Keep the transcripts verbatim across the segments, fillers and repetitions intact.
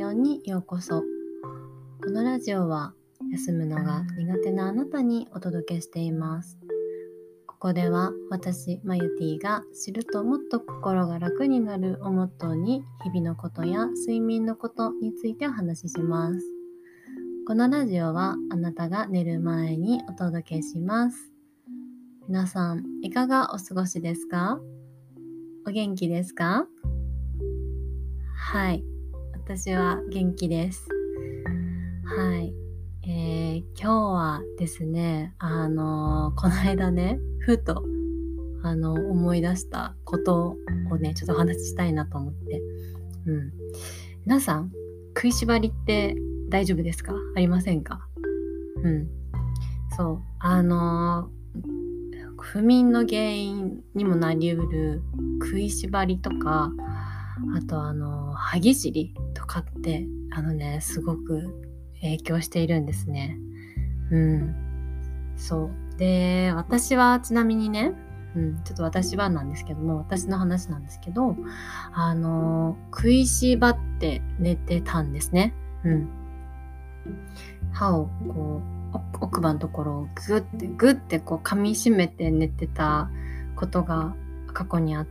オにようこそ。このラジオは休むのが苦手なあなたにお届けしています。ここでは私マユティが知るともっと心が楽になるをモットーに日々のことや睡眠のことについてお話しします。このラジオはあなたが寝る前にお届けします。皆さんいかがお過ごしですか？お元気ですか？はい、私は元気です。はい、えー、今日はですね、あのー、この間ね、ふとあの思い出したことをね、ちょっとお話ししたいなと思って、うん、皆さん食いしばりって大丈夫ですか？ありませんか？うん、そう、あのー、不眠の原因にもなりうる食いしばりとか、あとあの歯ぎしりとかってあのねすごく影響しているんですね。うん、そうで私はちなみにね、うん、ちょっと私はなんですけども、私の話なんですけど、あの食いしばって寝てたんですね。うん、歯をこう奥歯のところをグッてグッてこう噛みしめて寝てたことが過去にあって、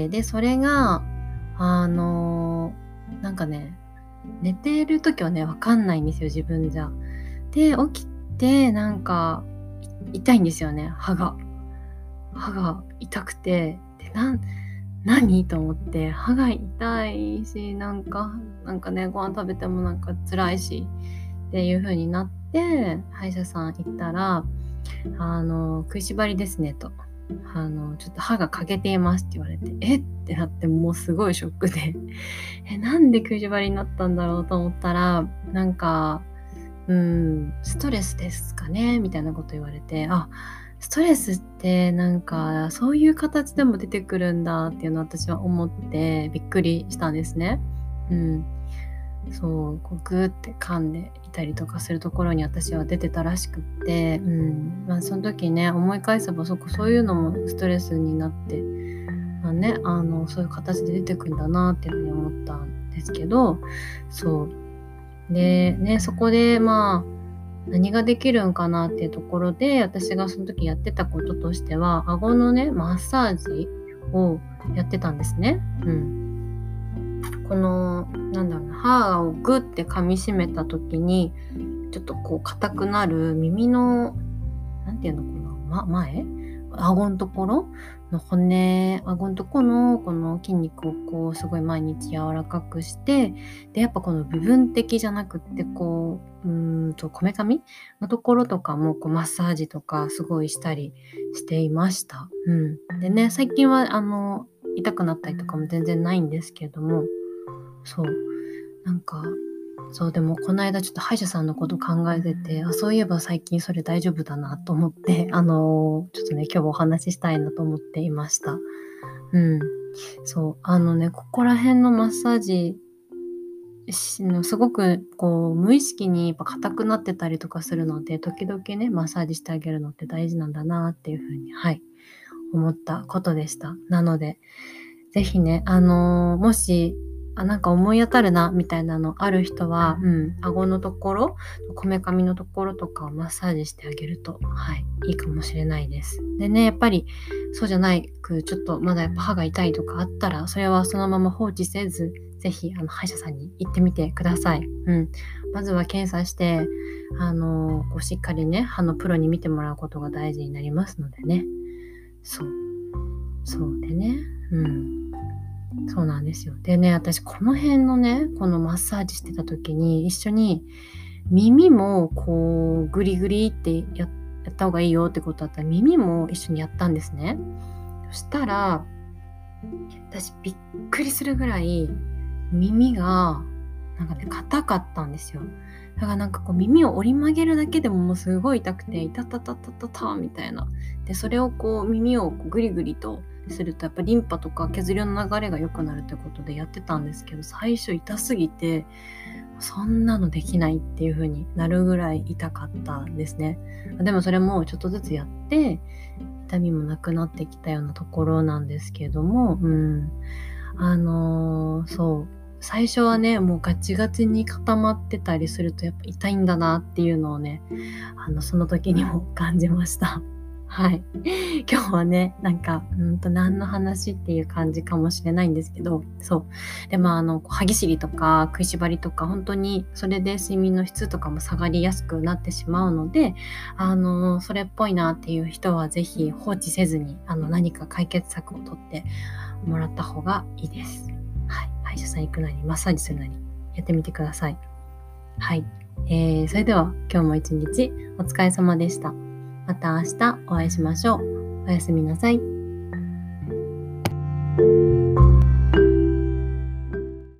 でそれがあのなんかね寝てる時はね分かんないんですよ、自分じゃ。で起きてなんか痛いんですよね、歯が歯が痛くて、でなん何と思って、歯が痛いしなんかなんかねご飯食べてもなんか辛いしっていう風になって歯医者さん行ったら、あの食いしばりですねと、あのちょっと歯が欠けていますって言われて、えってなって、もうすごいショックでえなんで食いしばりになったんだろうと思ったら、なんかうーんストレスですかねみたいなこと言われて、あストレスってなんかそういう形でも出てくるんだっていうのを私は思ってびっくりしたんですね。うんそうこうグーって噛んでいたりとかするところに私は出てたらしくって、うんまあ、その時ね思い返せばそこそういうのもストレスになって、まあね、あのそういう形で出てくるんだなっていうふうに思ったんですけど、そうでね、そこでまあ何ができるんかなっていうところで、私がその時やってたこととしては顎のねマッサージをやってたんですね。うんこのなんだろうな、歯をグッて噛みしめた時にちょっとこう硬くなる耳のなんていうのかな、ま、前顎のところの骨、顎のところのこの筋肉をこうすごい毎日柔らかくして、でやっぱこの部分的じゃなくってこううーんとこめかみのところとかもこうマッサージとかすごいしたりしていました。うん、でね最近はあの痛くなったりとかも全然ないんですけども、そうなんかそうでもこの間ちょっと歯医者さんのこと考えてて、あそういえば最近それ大丈夫だなと思って、あのー、ちょっとね今日お話ししたいなと思っていました。うんそうあのねここら辺のマッサージのすごくこう無意識にやっぱ硬くなってたりとかするので、時々ねマッサージしてあげるのって大事なんだなっていうふうにはい思ったことでした。なのでぜひねあのー、もしあなんか思い当たるなみたいなのある人は、うん、顎のところこめかみのところとかをマッサージしてあげると、はい、いいかもしれないです。でねやっぱりそうじゃないくちょっとまだやっぱ歯が痛いとかあったら、それはそのまま放置せずぜひあの歯医者さんに行ってみてください。うん、まずは検査してあのこうしっかりね歯のプロに見てもらうことが大事になりますのでね。そうそうでねうんそうなんですよ。でね、私この辺のね、このマッサージしてた時に一緒に耳もこうグリグリってや、やった方がいいよってことだったら耳も一緒にやったんですね。そしたら私びっくりするぐらい耳がなんかね硬かったんですよ。だからなんかこう耳を折り曲げるだけでももうすごい痛くて、痛たたたたたみたいな。でそれをこう耳をこうグリグリとするとやっぱリンパとか血流の流れが良くなるってことでやってたんですけど、最初痛すぎてそんなのできないっていう風になるぐらい痛かったんですね。でもそれもちょっとずつやって痛みもなくなってきたようなところなんですけども、うん、あのー、そう最初はねもうガチガチに固まってたりするとやっぱ痛いんだなっていうのをねあのその時にも感じました。はい。今日はね、なんか、うんと何の話っていう感じかもしれないんですけど、そう。で、まあ、あの、歯ぎしりとか食いしばりとか、本当にそれで睡眠の質とかも下がりやすくなってしまうので、あの、それっぽいなっていう人はぜひ放置せずに、あの、何か解決策をとってもらった方がいいです。はい。歯医者さん行くなり、マッサージするなり、やってみてください。はい。えー、それでは今日も一日お疲れ様でした。また明日お会いしましょう。おやすみなさい。